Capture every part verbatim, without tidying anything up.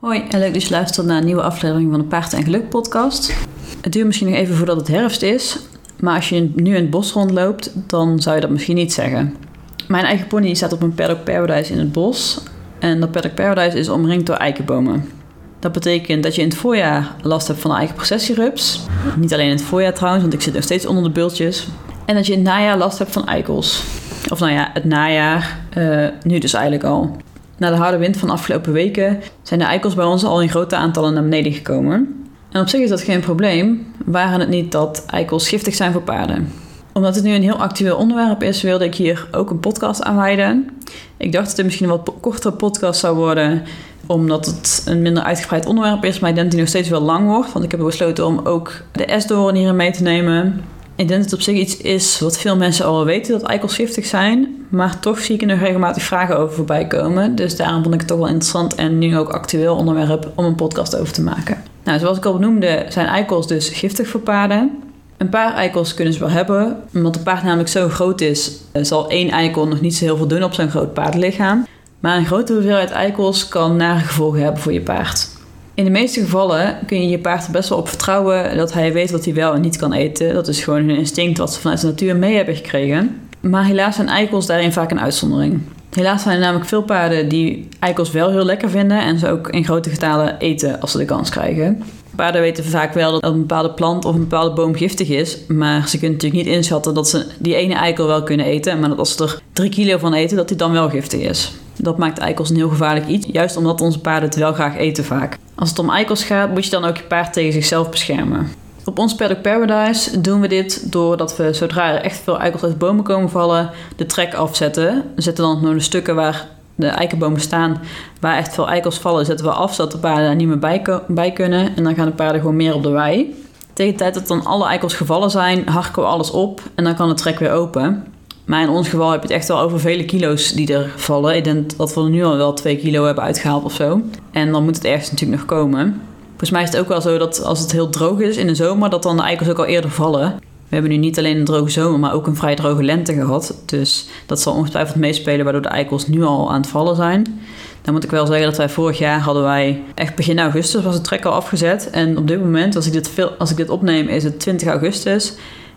Hoi en leuk dat je luistert naar een nieuwe aflevering van de Paard en Geluk podcast. Het duurt misschien nog even voordat het herfst is, maar als je nu in het bos rondloopt, dan zou je dat misschien niet zeggen. Mijn eigen pony staat op een paddock paradise in het bos en dat paddock paradise is omringd door eikenbomen. Dat betekent dat je in het voorjaar last hebt van de eiken processierups. Niet alleen in het voorjaar trouwens, want ik zit nog steeds onder de bultjes. En dat je in het najaar last hebt van eikels. Of nou ja, het najaar, uh, nu dus eigenlijk al. Na de harde wind van de afgelopen weken zijn de eikels bij ons al in grote aantallen naar beneden gekomen. En op zich is dat geen probleem, waren het niet dat eikels giftig zijn voor paarden. Omdat het nu een heel actueel onderwerp is, wilde ik hier ook een podcast aan wijden. Ik dacht dat het misschien een wat kortere podcast zou worden, omdat het een minder uitgebreid onderwerp is. Maar ik denk dat die nog steeds wel lang wordt, want ik heb besloten om ook de esdoorn hierin mee te nemen. Ik denk dat het op zich iets is wat veel mensen al weten, dat eikels giftig zijn. Maar toch zie ik er nog regelmatig vragen over voorbij komen. Dus daarom vond ik het toch wel interessant en nu ook actueel onderwerp om een podcast over te maken. Nou, zoals ik al benoemde, zijn eikels dus giftig voor paarden. Een paar eikels kunnen ze wel hebben. Omdat een paard namelijk zo groot is, zal één eikel nog niet zo heel veel doen op zo'n groot paardenlichaam. Maar een grote hoeveelheid eikels kan nare gevolgen hebben voor je paard. In de meeste gevallen kun je je paard er best wel op vertrouwen dat hij weet wat hij wel en niet kan eten. Dat is gewoon een instinct wat ze vanuit de natuur mee hebben gekregen. Maar helaas zijn eikels daarin vaak een uitzondering. Helaas zijn er namelijk veel paarden die eikels wel heel lekker vinden en ze ook in grote getalen eten als ze de kans krijgen. Paarden weten vaak wel dat een bepaalde plant of een bepaalde boom giftig is, maar ze kunnen natuurlijk niet inschatten dat ze die ene eikel wel kunnen eten, maar dat als ze er drie kilo van eten, dat die dan wel giftig is. Dat maakt eikels een heel gevaarlijk iets, juist omdat onze paarden het wel graag eten vaak. Als het om eikels gaat, moet je dan ook je paard tegen zichzelf beschermen. Op ons paddock paradise doen we dit doordat we, zodra er echt veel eikels uit bomen komen vallen, de trek afzetten. We zetten dan nog de stukken waar de eikenbomen staan, waar echt veel eikels vallen, zetten we af, zodat de paarden daar niet meer bij, ko- bij kunnen. En dan gaan de paarden gewoon meer op de wei. Tegen de tijd dat dan alle eikels gevallen zijn, harken we alles op en dan kan de trek weer open. Maar in ons geval heb je het echt wel over vele kilo's die er vallen. Ik denk dat we er nu al wel twee kilo hebben uitgehaald of zo. En dan moet het ergens natuurlijk nog komen. Volgens mij is het ook wel zo dat als het heel droog is in de zomer, dat dan de eikels ook al eerder vallen. We hebben nu niet alleen een droge zomer, maar ook een vrij droge lente gehad. Dus dat zal ongetwijfeld meespelen, waardoor de eikels nu al aan het vallen zijn. Dan moet ik wel zeggen dat wij vorig jaar hadden wij, echt begin augustus was de trek al afgezet. En op dit moment, als ik dit, veel, als ik dit opneem, is het twintig augustus.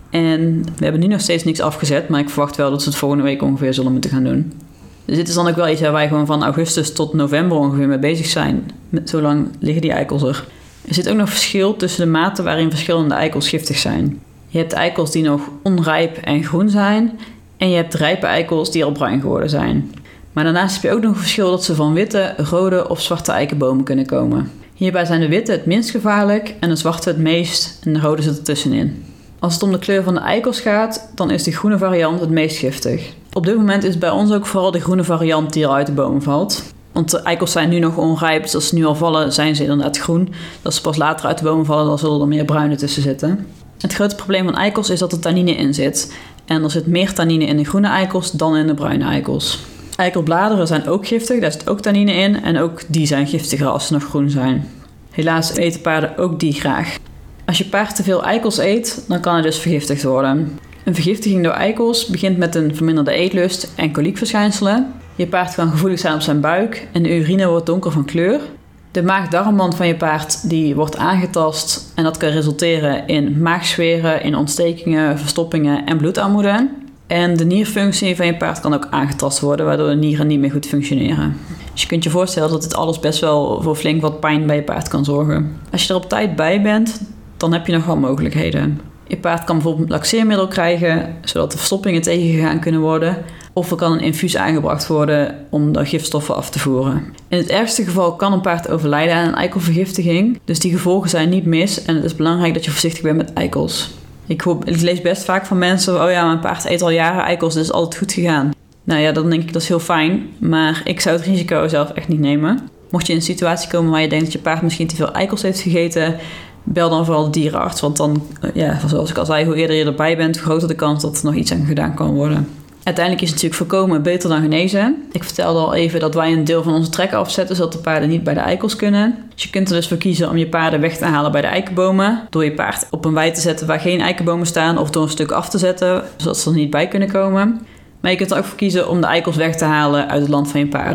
En we hebben nu nog steeds niks afgezet, maar ik verwacht wel dat ze het volgende week ongeveer zullen moeten gaan doen. Dus dit is dan ook wel iets waar wij gewoon van augustus tot november ongeveer mee bezig zijn. Zo lang liggen die eikels er. Er zit ook nog verschil tussen de maten waarin verschillende eikels giftig zijn. Je hebt eikels die nog onrijp en groen zijn. En je hebt rijpe eikels die al bruin geworden zijn. Maar daarnaast heb je ook nog een verschil dat ze van witte, rode of zwarte eikenbomen kunnen komen. Hierbij zijn de witte het minst gevaarlijk en de zwarte het meest en de rode zit er tussenin. Als het om de kleur van de eikels gaat, dan is de groene variant het meest giftig. Op dit moment is het bij ons ook vooral de groene variant die al uit de bomen valt. Want de eikels zijn nu nog onrijp, dus als ze nu al vallen zijn ze inderdaad groen. Als ze pas later uit de bomen vallen, dan zullen er meer bruine tussen zitten. Het grote probleem van eikels is dat er tannine in zit. En er zit meer tannine in de groene eikels dan in de bruine eikels. Eikelbladeren zijn ook giftig, daar zit ook tannine in. En ook die zijn giftiger als ze nog groen zijn. Helaas eten paarden ook die graag. Als je paard te veel eikels eet, dan kan hij dus vergiftigd worden. Een vergiftiging door eikels begint met een verminderde eetlust en koliekverschijnselen. Je paard kan gevoelig zijn op zijn buik en de urine wordt donker van kleur. De maag-darmwand van je paard die wordt aangetast en dat kan resulteren in maagzweren, in ontstekingen, verstoppingen en bloedarmoede. En de nierfunctie van je paard kan ook aangetast worden, waardoor de nieren niet meer goed functioneren. Dus je kunt je voorstellen dat dit alles best wel voor flink wat pijn bij je paard kan zorgen. Als je er op tijd bij bent, dan heb je nog wel mogelijkheden. Je paard kan bijvoorbeeld een laxeermiddel krijgen, zodat de verstoppingen tegengegaan kunnen worden. Of er kan een infuus aangebracht worden om de gifstoffen af te voeren. In het ergste geval kan een paard overlijden aan een eikelvergiftiging. Dus die gevolgen zijn niet mis en het is belangrijk dat je voorzichtig bent met eikels. Ik, hoop, ik lees best vaak van mensen, oh ja, mijn paard eet al jaren eikels, dus is altijd goed gegaan. Nou ja, dan denk ik dat is heel fijn, maar ik zou het risico zelf echt niet nemen. Mocht je in een situatie komen waar je denkt dat je paard misschien te veel eikels heeft gegeten, bel dan vooral de dierenarts. Want dan, ja, zoals ik al zei, hoe eerder je erbij bent, hoe groter de kans dat er nog iets aan gedaan kan worden. Uiteindelijk is het natuurlijk voorkomen beter dan genezen. Ik vertelde al even dat wij een deel van onze trek afzetten, zodat de paarden niet bij de eikels kunnen. Dus je kunt er dus voor kiezen om je paarden weg te halen bij de eikenbomen. Door je paard op een wei te zetten waar geen eikenbomen staan of door een stuk af te zetten, zodat ze er niet bij kunnen komen. Maar je kunt er ook voor kiezen om de eikels weg te halen uit het land van je paarden.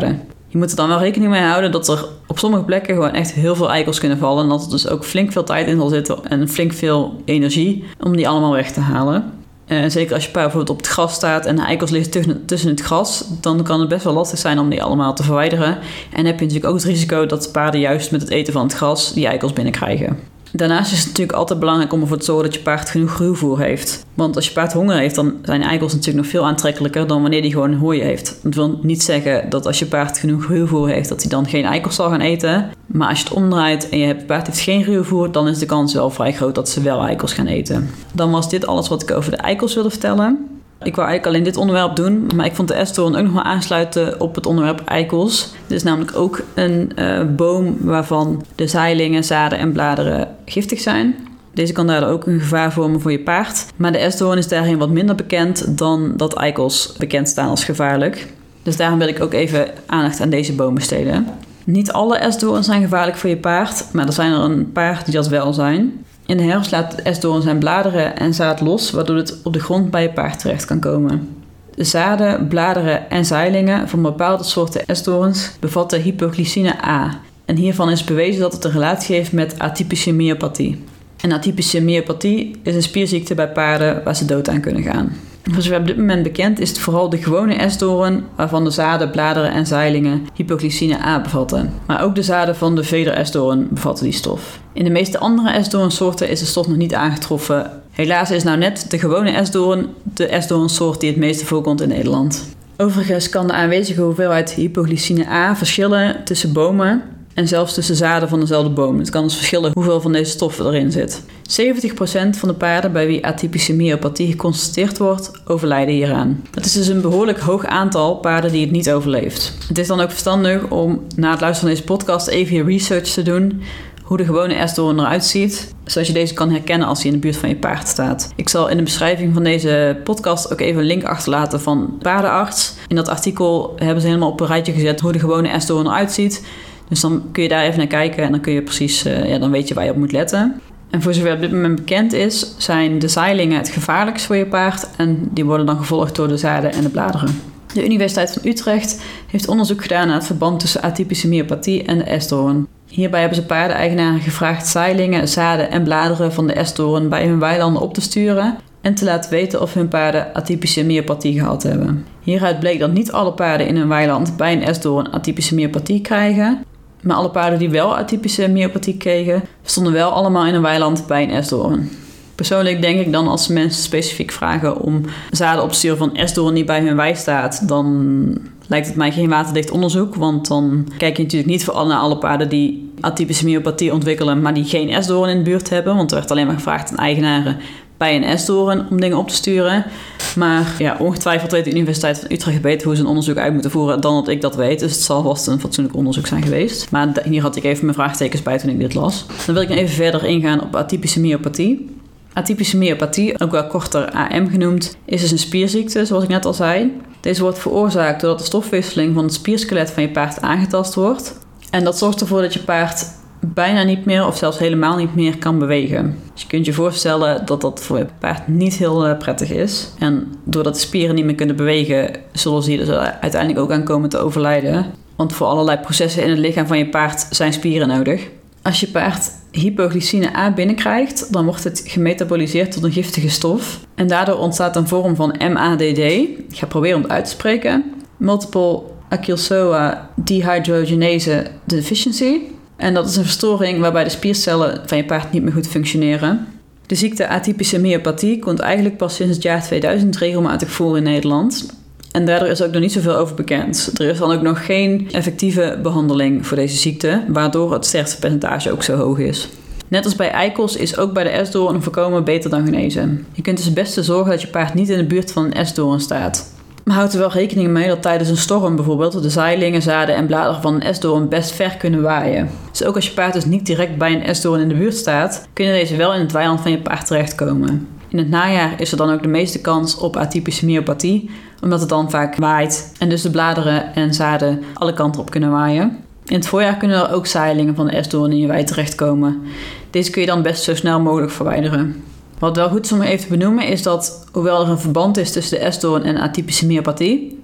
Je moet er dan wel rekening mee houden dat er op sommige plekken gewoon echt heel veel eikels kunnen vallen. En dat er dus ook flink veel tijd in zal zitten en flink veel energie om die allemaal weg te halen. Uh, zeker als je paard bijvoorbeeld op het gras staat en de eikels liggen tussen het gras, dan kan het best wel lastig zijn om die allemaal te verwijderen. En heb je natuurlijk ook het risico dat de paarden juist met het eten van het gras die eikels binnenkrijgen. Daarnaast is het natuurlijk altijd belangrijk om ervoor te zorgen dat je paard genoeg ruwvoer heeft. Want als je paard honger heeft, dan zijn eikels natuurlijk nog veel aantrekkelijker dan wanneer hij gewoon hooi heeft. Dat wil niet zeggen dat als je paard genoeg ruwvoer heeft, dat hij dan geen eikels zal gaan eten. Maar als je het omdraait en je hebt, het paard heeft geen ruwvoer, dan is de kans wel vrij groot dat ze wel eikels gaan eten. Dan was dit alles wat ik over de eikels wilde vertellen. Ik wou eigenlijk alleen dit onderwerp doen, maar ik vond de esdoorn ook nog wel aansluiten op het onderwerp eikels. Dit is namelijk ook een uh, boom waarvan de zaailingen, zaden en bladeren giftig zijn. Deze kan daardoor ook een gevaar vormen voor je paard. Maar de esdoorn is daarin wat minder bekend dan dat eikels bekend staan als gevaarlijk. Dus daarom wil ik ook even aandacht aan deze boom besteden. Niet alle esdoorns zijn gevaarlijk voor je paard, maar er zijn er een paar die dat wel zijn. In de herfst laat de esdoorn zijn bladeren en zaad los, waardoor het op de grond bij je paard terecht kan komen. De zaden, bladeren en zaailingen van bepaalde soorten esdoorns bevatten hypoglycine A. En hiervan is bewezen dat het een relatie heeft met atypische myopathie. En atypische myopathie is een spierziekte bij paarden waar ze dood aan kunnen gaan. Voor zover op dit moment bekend is het vooral de gewone esdoorn waarvan de zaden, bladeren en zaailingen hypoglycine A bevatten. Maar ook de zaden van de vederesdoorn bevatten die stof. In de meeste andere esdoornsoorten is de stof nog niet aangetroffen. Helaas is nou net de gewone esdoorn de esdoornsoort die het meeste voorkomt in Nederland. Overigens kan de aanwezige hoeveelheid hypoglycine A verschillen tussen bomen en zelfs tussen zaden van dezelfde boom. Het kan dus verschillen hoeveel van deze stoffen erin zit. zeventig procent van de paarden bij wie atypische myopathie geconstateerd wordt, overlijden hieraan. Dat is dus een behoorlijk hoog aantal paarden die het niet overleeft. Het is dan ook verstandig om na het luisteren van deze podcast even je research te doen hoe de gewone esdoorn eruit ziet, zodat je deze kan herkennen als hij in de buurt van je paard staat. Ik zal in de beschrijving van deze podcast ook even een link achterlaten van paardenarts. In dat artikel hebben ze helemaal op een rijtje gezet hoe de gewone esdoorn eruit ziet. Dus dan kun je daar even naar kijken en dan kun je precies, uh, ja, dan weet je waar je op moet letten. En voor zover op dit moment bekend is, zijn de zaailingen het gevaarlijkst voor je paard en die worden dan gevolgd door de zaden en de bladeren. De Universiteit van Utrecht heeft onderzoek gedaan naar het verband tussen atypische myopathie en de esdoorn. Hierbij hebben ze paardeneigenaren gevraagd zaailingen, zaden en bladeren van de esdoorn bij hun weilanden op te sturen en te laten weten of hun paarden atypische myopathie gehad hebben. Hieruit bleek dat niet alle paarden in hun weiland bij een esdoorn atypische myopathie krijgen, maar alle paarden die wel atypische myopathie kregen, stonden wel allemaal in een weiland bij een esdoorn. Persoonlijk denk ik dan als mensen specifiek vragen om zaden op te sturen van esdoorn die bij hun wei staat, dan lijkt het mij geen waterdicht onderzoek, want dan kijk je natuurlijk niet voor naar alle paarden die atypische myopathie ontwikkelen, maar die geen esdoorn in de buurt hebben, want er werd alleen maar gevraagd aan eigenaren bij een esdoorn om dingen op te sturen. Maar ja, ongetwijfeld weet de Universiteit van Utrecht beter hoe ze een onderzoek uit moeten voeren dan dat ik dat weet. Dus het zal vast een fatsoenlijk onderzoek zijn geweest. Maar hier had ik even mijn vraagtekens bij toen ik dit las. Dan wil ik nog even verder ingaan op atypische myopathie. Atypische myopathie, ook wel korter A M genoemd, is dus een spierziekte, zoals ik net al zei. Deze wordt veroorzaakt doordat de stofwisseling van het spierskelet van je paard aangetast wordt. En dat zorgt ervoor dat je paard bijna niet meer of zelfs helemaal niet meer kan bewegen. Dus je kunt je voorstellen dat dat voor je paard niet heel prettig is. En doordat de spieren niet meer kunnen bewegen, zullen ze hier dus uiteindelijk ook aan komen te overlijden. Want voor allerlei processen in het lichaam van je paard zijn spieren nodig. Als je paard hypoglycine A binnenkrijgt, dan wordt het gemetaboliseerd tot een giftige stof. En daardoor ontstaat een vorm van M A D D. Ik ga proberen om het uit te spreken. Multiple Acylsoa Dehydrogenase Deficiency. En dat is een verstoring waarbij de spiercellen van je paard niet meer goed functioneren. De ziekte atypische myopathie komt eigenlijk pas sinds het jaar tweeduizend regelmatig voor in Nederland. En daardoor is ook nog niet zoveel over bekend. Er is dan ook nog geen effectieve behandeling voor deze ziekte, waardoor het sterftepercentage ook zo hoog is. Net als bij eikels is ook bij de esdoorn voorkomen beter dan genezen. Je kunt dus het beste zorgen dat je paard niet in de buurt van een esdoorn staat. Maar houd er wel rekening mee dat tijdens een storm bijvoorbeeld de zaailingen, zaden en bladeren van een esdoorn best ver kunnen waaien. Dus ook als je paard dus niet direct bij een esdoorn in de buurt staat, kunnen deze wel in het weiland van je paard terechtkomen. In het najaar is er dan ook de meeste kans op atypische myopathie, omdat het dan vaak waait en dus de bladeren en zaden alle kanten op kunnen waaien. In het voorjaar kunnen er ook zaailingen van de esdoorn in je wei terechtkomen. Deze kun je dan best zo snel mogelijk verwijderen. Wat wel goed is om even te benoemen is dat, hoewel er een verband is tussen de esdoorn en atypische myopathie,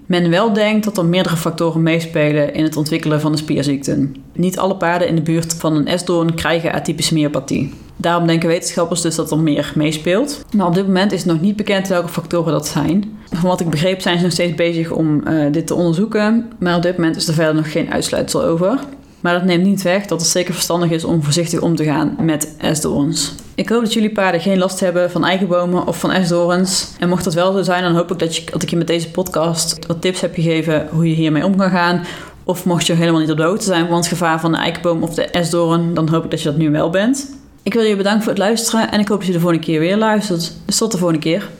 men wel denkt dat er meerdere factoren meespelen in het ontwikkelen van de spierziekten. Niet alle paarden in de buurt van een esdoorn krijgen atypische myopathie. Daarom denken wetenschappers dus dat er meer meespeelt. Maar op dit moment is nog niet bekend welke factoren dat zijn. Van wat ik begreep zijn ze nog steeds bezig om uh, dit te onderzoeken. Maar op dit moment is er verder nog geen uitsluitsel over. Maar dat neemt niet weg dat het zeker verstandig is om voorzichtig om te gaan met esdoorns. Ik hoop dat jullie paarden geen last hebben van eikenbomen of van esdoorns. En mocht dat wel zo zijn, dan hoop ik dat, je, dat ik je met deze podcast wat tips heb gegeven hoe je hiermee om kan gaan. Of mocht je helemaal niet op de hoogte zijn van het gevaar van de eikenboom of de esdoorn, dan hoop ik dat je dat nu wel bent. Ik wil je bedanken voor het luisteren en ik hoop dat je de volgende keer weer luistert. Dus tot de volgende keer.